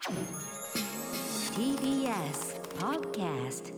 TBS Podcast。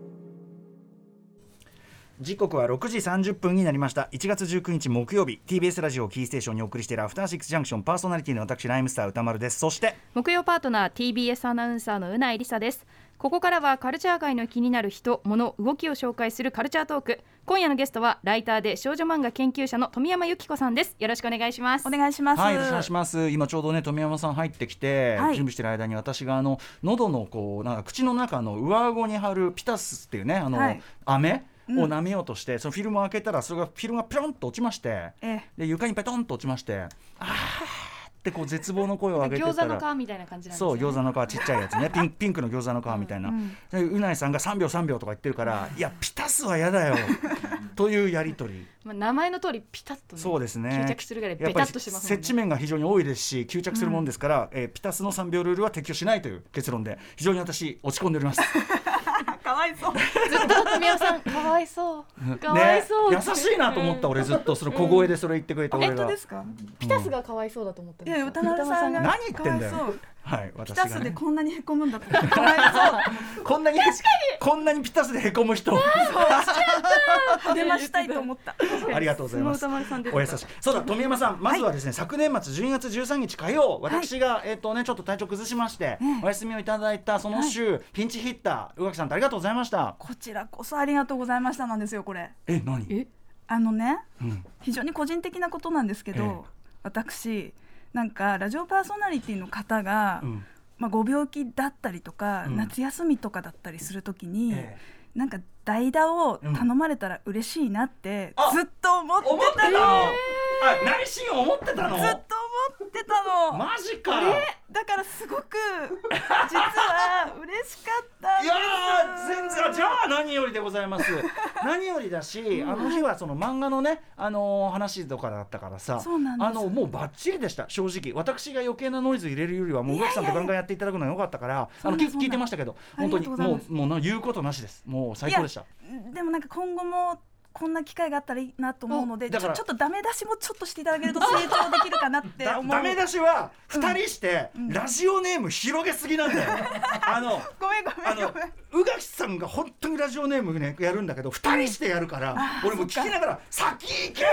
時刻は6時30分になりました。1月19日木曜日、 TBS ラジオキーステーションにお送りしているアフターシックスジャンクション、パーソナリティの私ライムスター歌丸です。そして木曜パートナー TBS アナウンサーのうないりさです。ここからはカルチャー界の気になる人、物、動きを紹介するカルチャートーク。今夜のゲストはライターで少女漫画研究者の富山由紀子さんです。よろしくお願いします。 お願いします。 はい、お願いします。今ちょうどね富山さん入ってきて、 はい、 準備している間に私が喉のなんか口の中の上顎に貼るピタスっていうねはい、飴を舐めようとして、そのフィルムを開けたらそれがフィルムがピロンと落ちまして、で床にペトンと落ちまして、ってこう絶望の声を上げてたら餃子の皮みたいな感じなんですよね。 そう、餃子の皮、ちっちゃいやつねピンクの餃子の皮みたいな、でうないさんが3秒3秒とか言ってるから、いやピタスはやだよというやり取り名前の通りピタッと、ね、 そうですね、 吸着するぐらいベタッとしてますもんね。 接地面が非常に多いですし吸着するもんですから、ピタスの3秒ルールは適用しないという結論で非常に私落ち込んでおりますかわいそうずっと富山さんかわいそうかわいそう、 ね、優しいなと思った俺ずっとその小声でそれ言ってくれて、俺が本当ですか。 ピタスがかわいそうだと思ってます。 いや歌丸さんが何言ってんだよ。はい、 ピ私がね、 タスでこんなにへこむんだとかわいそうこんなにピタスでへこむ人励ましたいと思った。 ありがとうございます。 歌丸さん出てた。 お優しい。そうだ、富山さん、まずはですね、昨年末12月13日火曜、私が、ちょっと体調崩しまして、お休みをいただいたその週、ピンチヒッター宇垣さん、ありがとうございました。 こちらこそありがとうございましたなんですよ。これ何非常に個人的なことなんですけど、私なんかラジオパーソナリティの方が、ご病気だったりとか、夏休みとかだったりするときに、なんか代打を頼まれたら嬉しいなってずっと思ってたの。 内心思ってたの。 ずっと思ってたの。 マジか。 だからすごく実は嬉しかったんです。 いや全然、じゃあ何よりでございます何よりだし、あの日はその漫画のね、話とかだったからさ、 そうなんです。 もうバッチリでした。正直私が余計なノイズ入れるよりはもう宇垣さんとガンガンやっていただくのが良かったから、聞いてましたけど、本当にもう言うことなしです。もう最高でした。 でもなんか今後もこんな機会があったらいいなと思うので、ちょっとダメ出しもちょっとしていただけると成長できるかなって思うダメ出しは2人して、ラジオネーム広げすぎなんだよごめん宇垣さんが本当にラジオネーム、ね、やるんだけど2人してやるから、俺も聞きながら先行けよ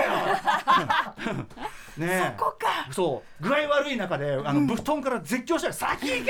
ね、 そこか。 そう具合悪い中で布団から絶叫したら先行け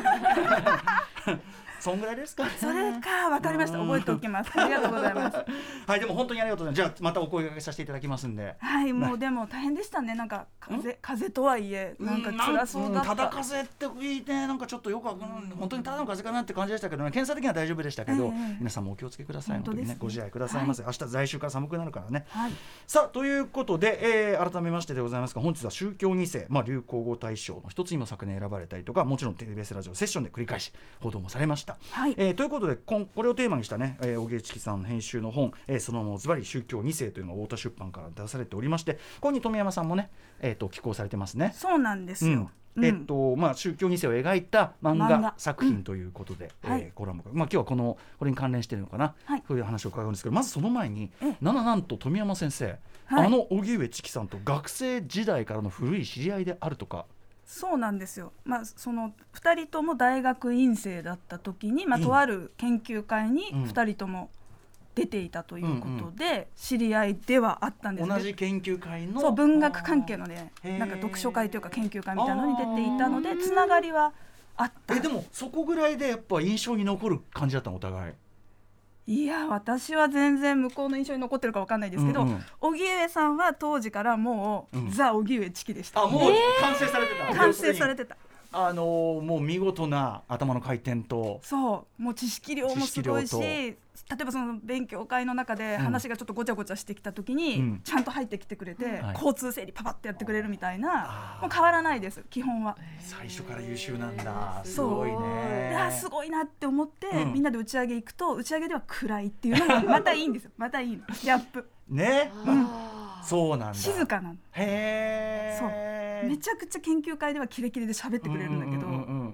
そんぐらいですか。 それか、分かりました。覚えておきます。ありがとうございます。 はい、でも本当にありがとうございます。じゃあまたお声掛けさせていただきますんで。 はい、もうでも大変でしたね。なんか風とはいえなんか辛そうだった。 ただ風って聞いてなんかちょっとよく本当にただの風かなって感じでしたけどね。検査的には大丈夫でしたけど、皆さんもお気をつけください。本当にね、ご自愛くださいませ。明日来週から寒くなるからね。さあということで、改めましてでございますが、本日は宗教2世、流行語大賞の一つにも昨年選ばれたりとか、もちろんテレビラジオセッションで繰り返し報道もされました。ということでこれをテーマにしたね、小木知さん編集の本、そのままズバリ宗教2世というのが太田出版から出されておりまして、ここに富山さんもね、寄稿されてますね。 そうなんですよ。 宗教2世を描いた漫画作品ということで、コラムが、今日はこれに関連しているのかな、そういう話を伺うんですけど、まずその前になんと富山先生、荻上チキさんと学生時代からの古い知り合いであるとか。 そうなんですよ。その2人とも大学院生だった時に、とある研究会に2人とも出ていたということで、知り合いではあったんですね。 同じ研究会の、 そう文学関係のね、なんか読書会というか研究会みたいなのに出ていたので、つながりはあった。 でもそこぐらいでやっぱ印象に残る感じだったの、お互い。 いや、私は全然向こうの印象に残ってるか分かんないですけど、荻上さんは当時からもう、ザ・荻上チキでした。 もう完成されてた。 完成されてた。 もう見事な頭の回転と、 もう知識量もすごいし、例えばその勉強会の中で話がちょっとごちゃごちゃしてきた時に、ちゃんと入ってきてくれて、交通整理パパってやってくれるみたいな、もう変わらないです、基本は。 最初から優秀なんだ。すごいね。 いや、すごいなって思って、みんなで打ち上げ行くと、打ち上げでは暗いっていうのがまたいいんですよ。またいいのギャップね。そうなんだ。 静かなの。 へー。 そうめちゃくちゃ研究会ではキレキレで喋ってくれるんだけど、乾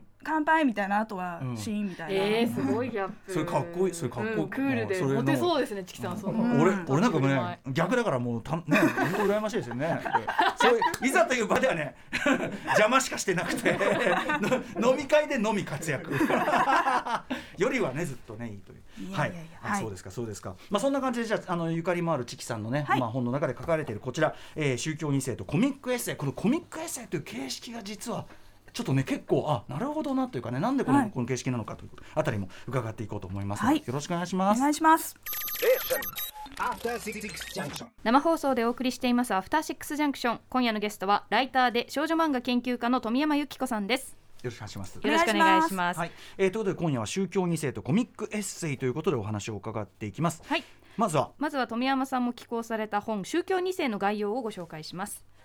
杯みたいな、あとはシーンみたいな、 すごいギャップ。 それかっこいい、それかっこいい、 クールでモテそうですね、チキさん。 俺なんかもね逆だからもうね本当羨ましいですよね。そういういざという場ではね邪魔しかしてなくて飲み会でのみ活躍よりはねずっとねいいという。はい、そうですかそうですか。そんな感じでじゃあゆかりもあるチキさんのね、本の中で書かれているこちら、宗教2世とコミックエッセイ、このコミックエッセイという形式が実はちょっとね結構なるほどなというかね、なんでこの形式なのかというあたりも伺っていこうと思いますので、よろしくお願いします。 お願いします。 生放送でお送りしていますアフターシックスジャンクション。今夜のゲストはライターで少女漫画研究家の富山由紀子さんです。 よろしくお願いします。 よろしくお願いします。 はい、ということで今夜は宗教2世とコミックエッセイということでお話を伺っていきます。 はい、まずは富山さんも寄稿された本宗教2世の概要をご紹介します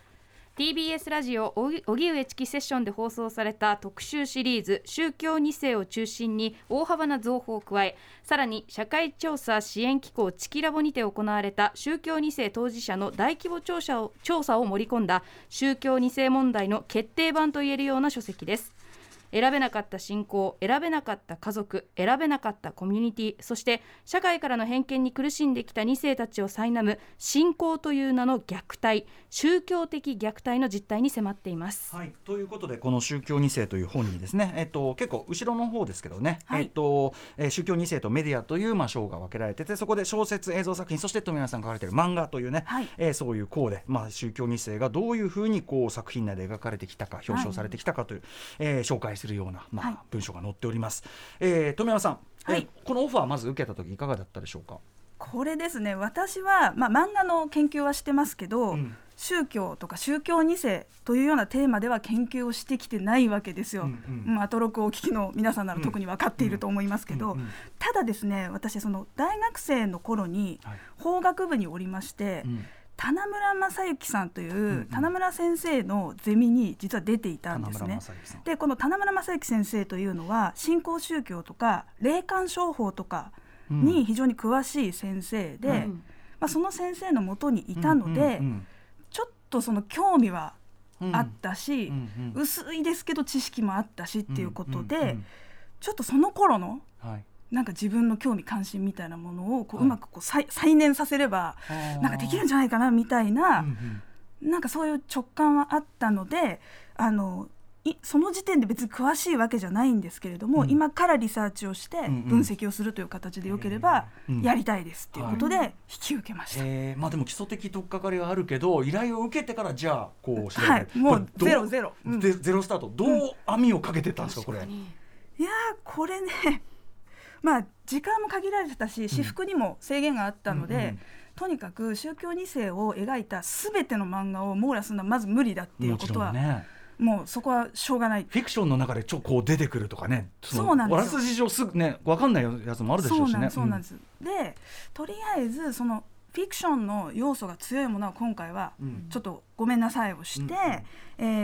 。TBS ラジオ荻上チキセッションで放送された特集シリーズ宗教2世を中心に大幅な増法を加え、さらに社会調査支援機構チキラボにて行われた宗教2世当事者の大規模調査を盛り込んだ宗教2世問題の決定版といえるような書籍です。選べなかった信仰、選べなかった家族、選べなかったコミュニティ、そして社会からの偏見に苦しんできた2世たちを苛む信仰という名の虐待、宗教的虐待の実態に迫っています。 はい、ということでこの宗教2世という本にですね、結構後ろの方ですけどね、宗教2世とメディアという章が分けられてて、そこで小説、映像作品、そして富山さんが書かれている漫画というね、そういう項で、宗教2世がどういうふうに作品内で描かれてきたか、表彰されてきたかという、紹介するような、文章が載っております。富山さん、このオファーまず受けた時いかがだったでしょうか。 これですね、私は、漫画の研究はしてますけど、宗教とか宗教2世というようなテーマでは研究をしてきてないわけですよ。アトロクをお聞きの皆さんなら特に分かっていると思いますけど、ただですね、私その大学生の頃に法学部におりまして、棚村正幸さんという棚村先生のゼミに実は出ていたんですね。でこの棚村正幸先生というのは新興宗教とか霊感商法とかに非常に詳しい先生で、その先生のもとにいたので、ちょっとその興味はあったし、薄いですけど知識もあったしっていうことで、ちょっとその頃のなんか自分の興味関心みたいなものをうまく再燃させればなんかできるんじゃないかなみたいな、なんかそういう直感はあったので、その時点で別に詳しいわけじゃないんですけれども、今からリサーチをして分析をするという形でよければやりたいですっていうことで引き受けました。 でも基礎的取っかかりはあるけど、依頼を受けてからじゃあ調べて、 もうゼロスタート、どう網をかけてったんですか、これ。 いやこれね、時間も限られてたし、私服にも制限があったので、とにかく宗教2世を描いた全ての漫画を網羅するのはまず無理だっていうことは、もうそこはしょうがない。 フィクションの中で出てくるとかね、 そうなんですよ。 あらすじ上すぐね分かんないやつもあるでしょうしね。 そうなんです。でとりあえずそのフィクションの要素が強いものは今回はちょっとごめんなさいをして、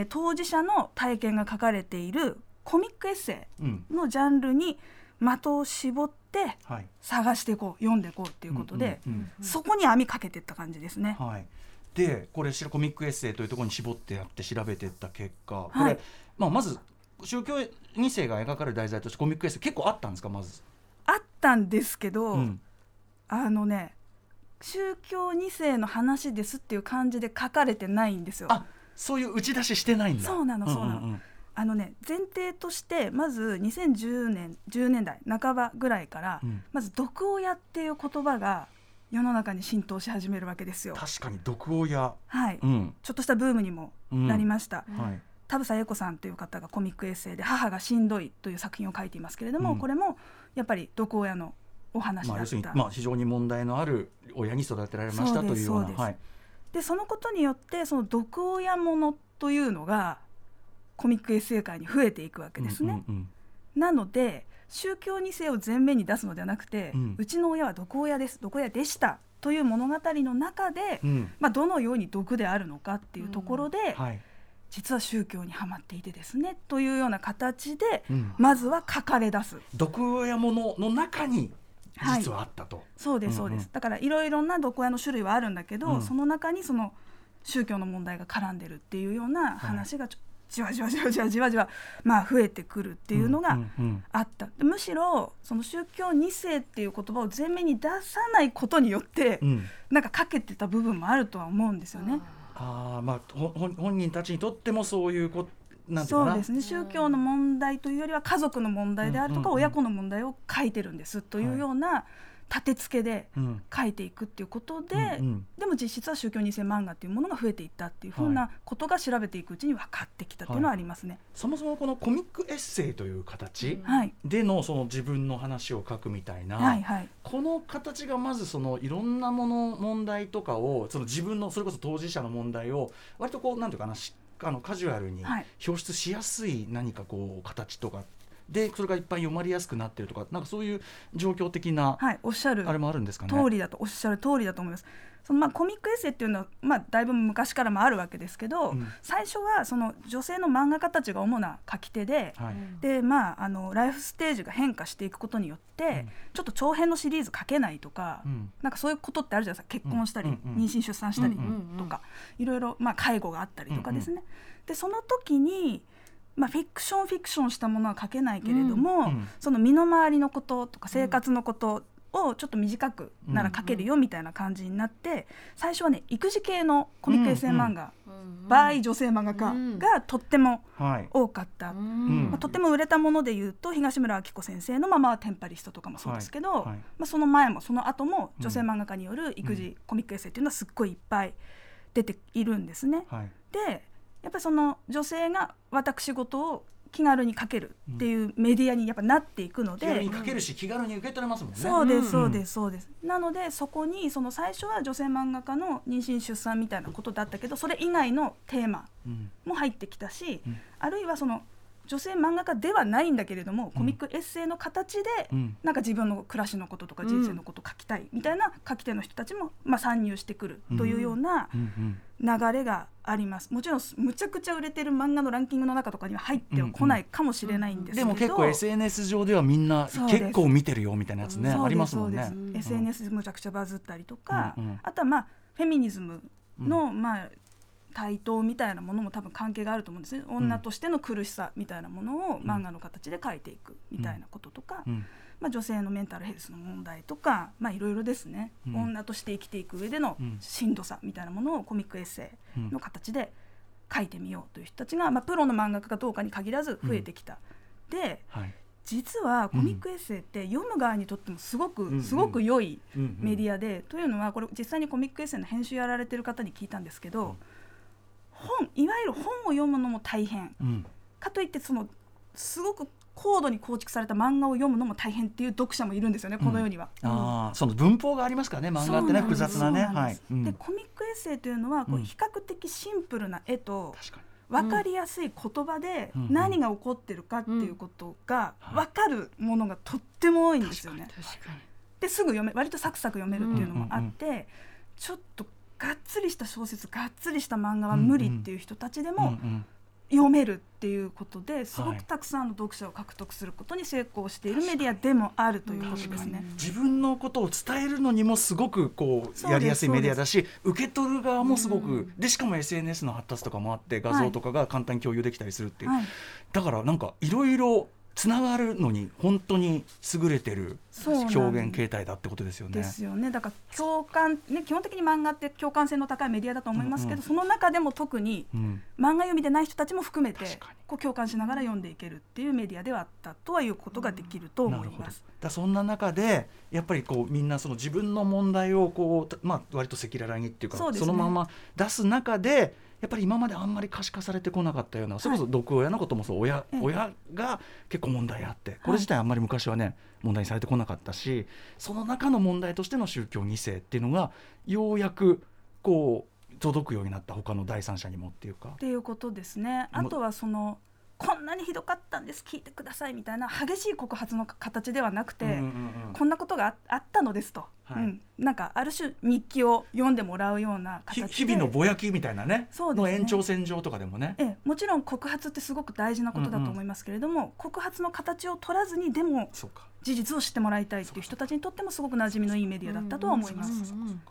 当事者の体験が書かれているコミックエッセイのジャンルに的を絞って探していこう、読んでいこうっていうことで、そこに網かけていった感じですね。 でこれコミックエッセイというところに絞ってやって調べていった結果、これ、まず宗教2世が描かれる題材としてコミックエッセイ結構あったんですか。まずあったんですけど、宗教2世の話ですっていう感じで書かれてないんですよ。 そういう打ち出ししてないんだ。 そうなの。前提としてまず2010年代半ばぐらいから、まず毒親っていう言葉が世の中に浸透し始めるわけですよ。 確かに毒親、 ちょっとしたブームにもなりました。田房恵子さんという方がコミックエッセイで母がしんどいという作品を書いていますけれども、これもやっぱり毒親のお話だった。 要するに非常に問題のある親に育てられましたというような。 でそのことによってその毒親ものというのがコミックエッセイ界に増えていくわけですね。なので宗教2世を前面に出すのではなくて、うちの親は毒親です、毒親でしたという物語の中で、どのように毒であるのかっていうところで、実は宗教にはまっていてですねというような形で、まずは書かれ出す。 毒親ものの中に実はあったと。 そうですそうです。だからいろいろな毒親の種類はあるんだけど、その中にその宗教の問題が絡んでるっていうような話がじわじわじわじわじわじわ、まあ、増えてくるっていうのがあった、むしろその宗教2世っていう言葉を前面に出さないことによって、なんかかけてた部分もあるとは思うんですよね。 まあ、本人たちにとってもそういうことなんていうかな、 そうですね、宗教の問題というよりは家族の問題であるとか、親子の問題を書いてるんですというような立て付けで書いていくっていうことで、でも実質は宗教2世漫画っていうものが増えていったっていうふうなことが調べていくうちに分かってきたっていうのはありますね。 そもそもこのコミックエッセイという形でのその自分の話を書くみたいな、この形がまずそのいろんな問題とかをその自分のそれこそ当事者の問題を割とこうなんていうかなカジュアルに表出しやすい何かこう形とかでそれがいっぱい読まれやすくなってるとか、なんかそういう状況的な、 おっしゃるあれもあるんですかね。 おっしゃる通りだと思います。そのコミックエッセイっていうのは、だいぶ昔からもあるわけですけど、最初はその女性の漫画家たちが主な書き手で、でライフステージが変化していくことによって、ちょっと長編のシリーズ書けないとか、なんかそういうことってあるじゃないですか。結婚したり、妊娠出産したりとか、いろいろ介護があったりとかですね。でその時にフィクションしたものは書けないけれども、その身の回りのこととか生活のことをちょっと短くなら書けるよみたいな感じになって、最初はね育児系のコミックエッセイ漫画、場合女性漫画家がとっても多かった、とっても売れたものでいうと東村明子先生のママはテンパリストとかもそうですけど、その前もその後も女性漫画家による育児コミックエッセイっていうのはすっごいいっぱい出ているんですね。でやっぱりその女性が私事を気軽に書けるっていうメディアにやっぱなっていくので、 気軽に書けるし気軽に受け取れますもんね。 そうですなのでそこにその最初は女性漫画家の妊娠出産みたいなことだったけど、それ以外のテーマも入ってきたし、あるいはその女性漫画家ではないんだけれども、コミックエッセイの形でなんか自分の暮らしのこととか人生のことを書きたいみたいな書き手の人たちも参入してくるというような流れがあります。もちろんむちゃくちゃ売れてる漫画のランキングの中とかには入ってはこないかもしれないんですけど、 でも結構 SNS 上ではみんな結構見てるよみたいなやつね、ありますもんね。 SNS でむちゃくちゃバズったりとか、あとはフェミニズムの台頭みたいなものも多分関係があると思うんですね。女としての苦しさみたいなものを漫画の形で書いていくみたいなこととか、女性のメンタルヘルスの問題とか、いろいろですね、女として生きていく上でのしんどさみたいなものをコミックエッセイの形で書いてみようという人たちが、プロの漫画家かどうかに限らず増えてきた。で、実はコミックエッセイって読む側にとってもすごく良いメディアで、というのはこれ実際にコミックエッセイの編集やられてる方に聞いたんですけど、いわゆる本を読むのも大変、かといってそのすごく高度に構築された漫画を読むのも大変っていう読者もいるんですよね、この世には。 その文法がありますからね、漫画ってね、複雑なね。 でコミックエッセイというのは比較的シンプルな絵と分かりやすい言葉で何が起こってるかっていうことが分かるものがとっても多いんですよね。ですぐ割とサクサク読めるっていうのもあって、ちょっとがっつりした小説、がっつりした漫画は無理っていう人たちでも読めるっていうことで、すごくたくさんの読者を獲得することに成功しているメディアでもあるということですね。 自分のことを伝えるのにもすごくこうやりやすいメディアだし、受け取る側もすごくで、しかも SNS の発達とかもあって画像とかが簡単に共有できたりするっていう、だからなんかいろいろつながるのに本当に優れてる表現形態だってことですよね。 ですよね。だから共感、基本的に漫画って共感性の高いメディアだと思いますけど、その中でも特に漫画読みでない人たちも含めてこう共感しながら読んでいけるっていうメディアではあったとはいうことができると思います。 そんな中でやっぱりこうみんなその自分の問題をこう、割と赤裸々にっていうか そのまま出す中で、やっぱり今まであんまり可視化されてこなかったような、それこそ毒親のこともそう、親が結構問題あって、これ自体あんまり昔はね問題にされてこなかったし、その中の問題としての宗教2世っていうのがようやくこう届くようになった、他の第三者にもっていうかっていうことですね。あとはそのこんなにひどかったんです、聞いてくださいみたいな激しい告発の形ではなくて、こんなことが あったのですと、なんかある種日記を読んでもらうような形で、 日々のぼやきみたいなね、の延長線上とかでもね、 もちろん告発ってすごく大事なことだと思いますけれども、告発の形を取らずにでも事実を知ってもらいたいっていう人たちにとってもすごく馴染みのいいメディアだったとは思います。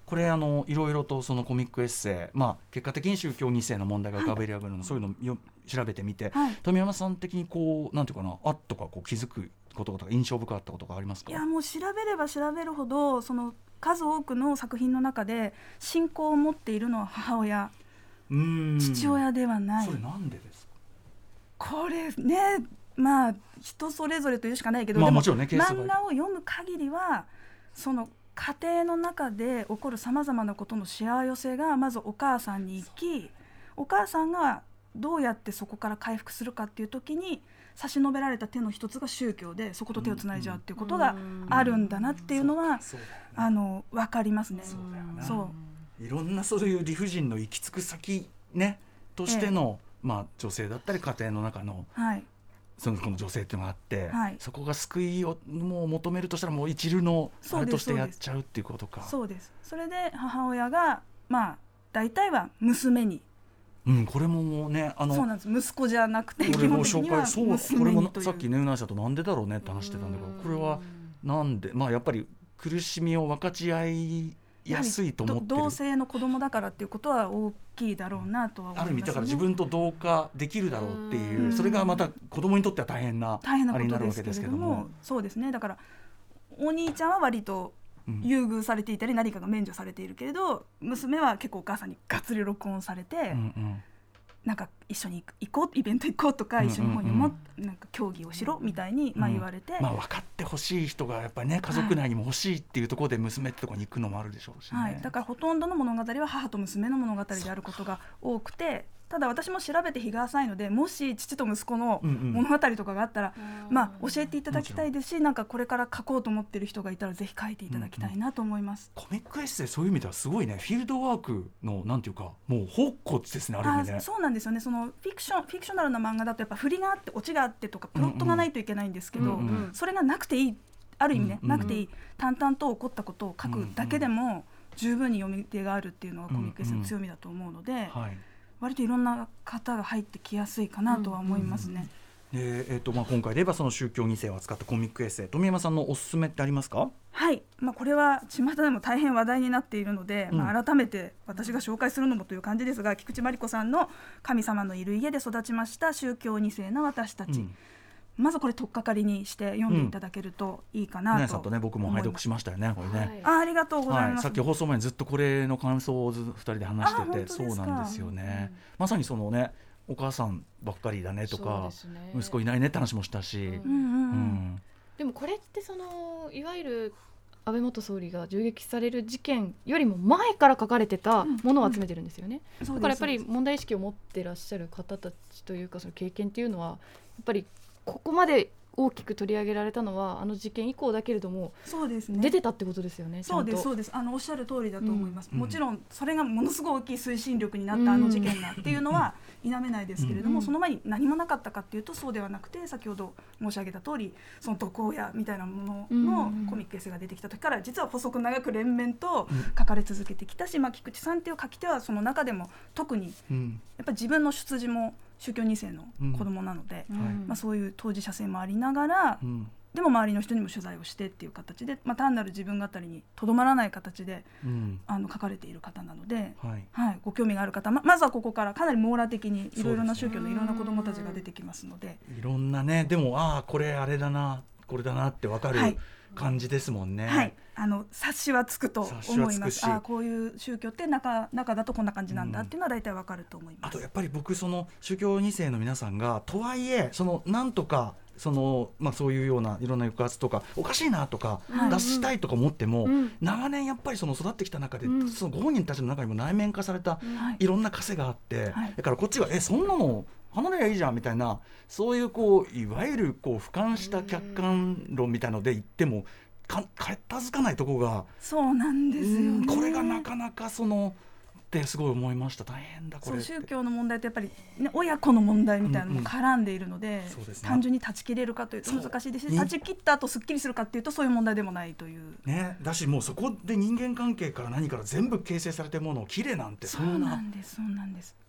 これいろいろとそのコミックエッセイ、結果的に宗教2世の問題が浮かべり上がるの、そういうのを調べてみて、富山さん的にこうなんていうかな、とかこう気づくこととか印象深かったことがありますか？ いやもう調べれば調べるほどその数多くの作品の中で信仰を持っているのは母親、父親ではない。 それなんでですか？ これね、人それぞれというしかないけど、 もちろんね、 漫画を読む限りはその家庭の中で起こるさまざまなことのしわ寄せがまずお母さんに行き、お母さんがどうやってそこから回復するかっていう時に差し伸べられた手の一つが宗教で、そこと手をつないじゃうっていうことがあるんだなっていうのは分かりますね。 いろんなそういう理不尽の行き着く先ねとしての、女性だったり家庭の中の、その女性っていうのがあって、そこが救いをもう求めるとしたらもう一流のあれとしてやっちゃうっていうことか。 そうです。それで母親が大体は娘に、 これもねそうなんです。息子じゃなくて基本的には娘にという。 これもさっきねうなぎさんとなんでだろうねって話してたんだけど、これはなんで、やっぱり苦しみを分かち合いやすいと思ってる。 同性の子供だからっていうことは大きいだろうなとは思いますね。 ある意味だから自分と同化できるだろうっていう、それがまた子供にとっては大変なことですけれども、そうですね。だからお兄ちゃんは割と優遇されていたり何かが免除されているけれど、娘は結構お母さんにがっつり録音されて、なんか一緒に行こう、イベント行こうとか、一緒に本読もう、なんか競技をしろみたいに言われて、 分かってほしい人がやっぱりね家族内にも欲しいっていうところで娘ってところに行くのもあるでしょうしね。 だからほとんどの物語は母と娘の物語であることが多くて、ただ私も調べて日が浅いので、もし父と息子の物語とかがあったら、教えていただきたいですし、なんかこれから書こうと思っている人がいたらぜひ書いていただきたいなと思います。 コミックエッセイ、そういう意味ではすごいね、フィールドワークのなんていうかもう宝庫ですね、ある意味ね。 そうなんですよね。そのフィクショナルな漫画だとやっぱ振りがあってオチがあってとかプロットがないといけないんですけど、それがなくていい、ある意味ね、なくていい、淡々と起こったことを書くだけでも十分に読み手があるっていうのがコミックエッセイの強みだと思うので、割といろんな方が入ってきやすいかなとは思いますね。 今回で言えばその宗教2世を扱ったコミックエッセイ、富山さんのおすすめってありますか？ これは巷でも大変話題になっているので、改めて私が紹介するのもという感じですが、菊池真理子さんの神様のいる家で育ちました宗教2世の私たち、まずこれ取っかかりにして読んでいただけるといいかなと思います。 さんとね、僕も拝読しましたよね、これね。 ありがとうございます。 さっき放送前にずっとこれの感想を2人で話してて、そうなんですよね。まさにそのね、お母さんばっかりだねとか、息子いないねって話もしたし、 でもこれってそのいわゆる安倍元総理が銃撃される事件よりも前から書かれてたものを集めてるんですよね。だからやっぱり問題意識を持ってらっしゃる方たちというか、その経験っていうのはやっぱりここまで大きく取り上げられたのはあの事件以降だけれども、 そうですね、 出てたってことですよね。 そうです、おっしゃる通りだと思います。もちろんそれがものすごい大きい推進力になったあの事件だっていうのは否めないですけれども、その前に何もなかったかっていうとそうではなくて、先ほど申し上げた通り、その毒親みたいなもののコミックエッセイが出てきた時から実は細く長く連綿と書かれ続けてきたし、菊池さんっていう書き手はその中でも特にやっぱり自分の出自も宗教2世の子供なので、そういう当事者性もありながら、でも周りの人にも取材をしてっていう形で、単なる自分語りにとどまらない形で、書かれている方なので、ご興味がある方、まずはここからかなり網羅的にいろいろな宗教のいろんな子どもたちが出てきますので、 いろんなね、でもこれあれだなこれだなって分かる感じですもんね。 察しはつくと思います。こういう宗教って中だとこんな感じなんだっていうのは大体わかると思います。 あとやっぱり僕その宗教2世の皆さんがとはいえそのなんとかそういうようないろんな抑圧とかおかしいなとか脱したいとか思っても、長年やっぱりその育ってきた中で、そのご本人たちの中にも内面化されたいろんな枷があって、だからこっちがそんなの離れりゃいいじゃんみたいな、そういういわゆる俯瞰した客観論みたいので言っても片付かないとこが、 そうなんですよね。 これがなかなかってすごい思いました。大変だこれ。 宗教の問題ってやっぱり、親子の問題みたいなのも絡んでいるので、単純に断ち切れるかというと難しいですし、断ち切った後すっきりするかっていうとそういう問題でもないという、 だしもうそこで人間関係から何から全部形成されているものをきれいなんて、 そうなんです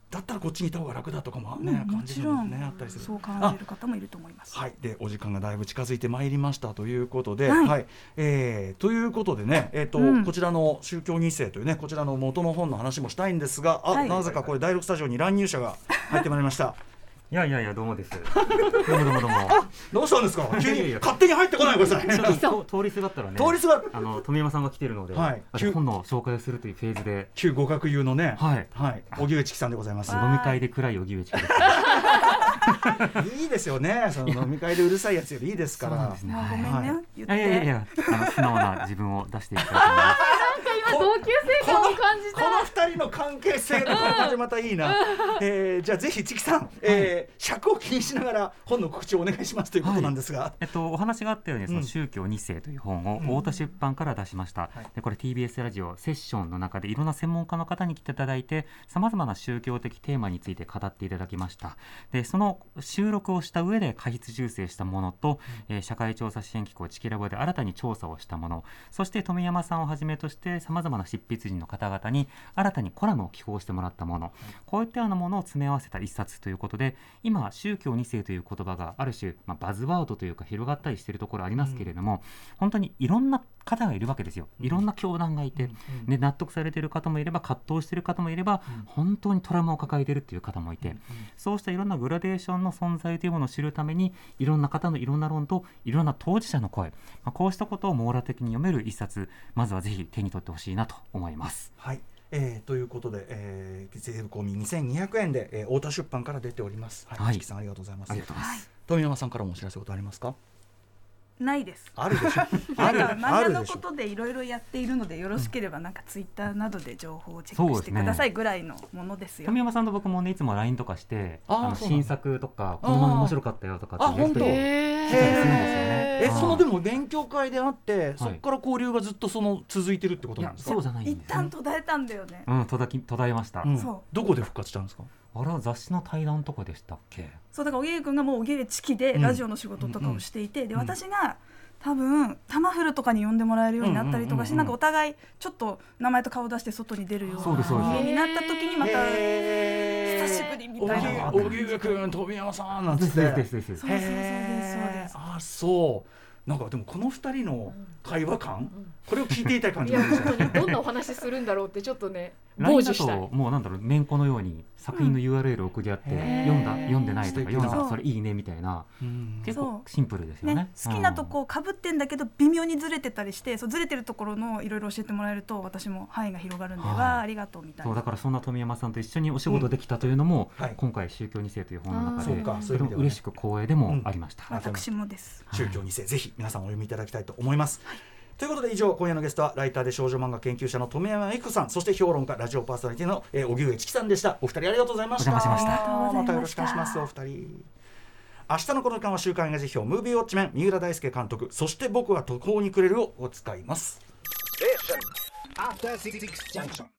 だったらこっちにいた方が楽だとかもね、感じるのねあったりする。 そう感じる方もいると思います。 はい、でお時間がだいぶ近づいてまいりましたということで、はい、ということでね、こちらの宗教2世というね、こちらの元の本の話もしたいんですが、なぜかこれ第6スタジオに乱入者が入ってまいりました。 いやどうもです。どうもどうしたんですか。急に勝手に入ってこないでください。 通りすがったらね。 通りすが富山さんが来てるので、本の紹介をするというフェーズで。 旧互角流のね、荻上チキさんでございます。 飲み会で暗い荻上チキです。 いいですよね。その飲み会でうるさいやつよりいいですから。 ごめんね。 いや素直な自分を出していきたいと思います。 今同級生感を感じた。 この2人の関係性の感じまたいいな。じゃあぜひチキさん、尺を気にしながら本の告知をお願いしますということなんですが、 お話があったようにその宗教2世という本を太田出版から出しました。でこれ TBS ラジオセッションの中でいろんな専門家の方に来ていただいて、さまざまな宗教的テーマについて語っていただきました。でその収録をした上で過失修正したものと、社会調査支援機構チキラボで新たに調査をしたもの、そして富山さんをはじめとしてさまざまな執筆人の方々に新たにコラムを寄稿してもらったもの、こういったようなものを詰め合わせた一冊ということで、今宗教2世という言葉がある種、バズワードというか広がったりしているところありますけれども、本当にいろんな方がいるわけですよ。いろんな教団がいて、で納得されている方もいれば葛藤している方もいれば、本当にトラウマを抱えているという方もいて、そうしたいろんなグラデーションの存在というものを知るために、いろんな方のいろんな論といろんな当事者の声、こうしたことを網羅的に読める一冊、まずはぜひ手に取ってほしいなと思います。 はい、ということで、税込み2200円で、太田出版から出ております。はい、チキさんありがとうございます。 ありがとうございます。 富山さんからもお知らせことありますか。 ないです。 あるでしょ。 漫画のことでいろいろやっているので、よろしければなんかツイッターなどで情報をチェックしてくださいぐらいのものですよ。 富山さんと僕もね、いつも LINE とかして新作とかこの漫画面白かったよとかって言ってしたりするんですよね。 そのでも勉強会であって、そこから交流がずっと続いてるってことなんですか。 そうじゃないんです。 一旦途絶えたんだよね。 途絶えました。 どこで復活したんですか。 あれは雑誌の対談とかでしたっけ。 そうだから荻上君がもう荻上チキでラジオの仕事とかをしていて、で私が多分タマフルとかに呼んでもらえるようになったりとかして、なんかお互いちょっと名前と顔出して外に出るような人間になった時にまた久しぶりみたいな。 荻上君、富山さんなんつって。 そうです。 あ、そうなんかでもこの2人の会話感、これを聞いていたい感じなんですよね。 どんなお話するんだろうってちょっとね、 LINE だともうなんだろう、めんこのように作品の URL を送り合って、読んでないとか読んだそれいいねみたいな、結構シンプルですよね。 好きなとこかぶってんだけど微妙にずれてたりして、ずれてるところのいろいろ教えてもらえると私も範囲が広がるんで、ありがとうみたいな。 そうだからそんな富山さんと一緒にお仕事できたというのも、今回宗教2世という本の中でとても嬉しく光栄でもありました。 私もです。 宗教2世、ぜひ皆さんお読みいただきたいと思います。ということで以上、今夜のゲストはライターで少女漫画研究者の富山由紀子さん、そして評論家ラジオパーソナリティの荻上チキさんでした。お二人ありがとうございました。 お邪魔しました。 またよろしくお願いします。お二人、明日のこの時間は週刊映画辞表ムービーウォッチメン三浦大輔監督、そして僕は途方に暮れるを使います。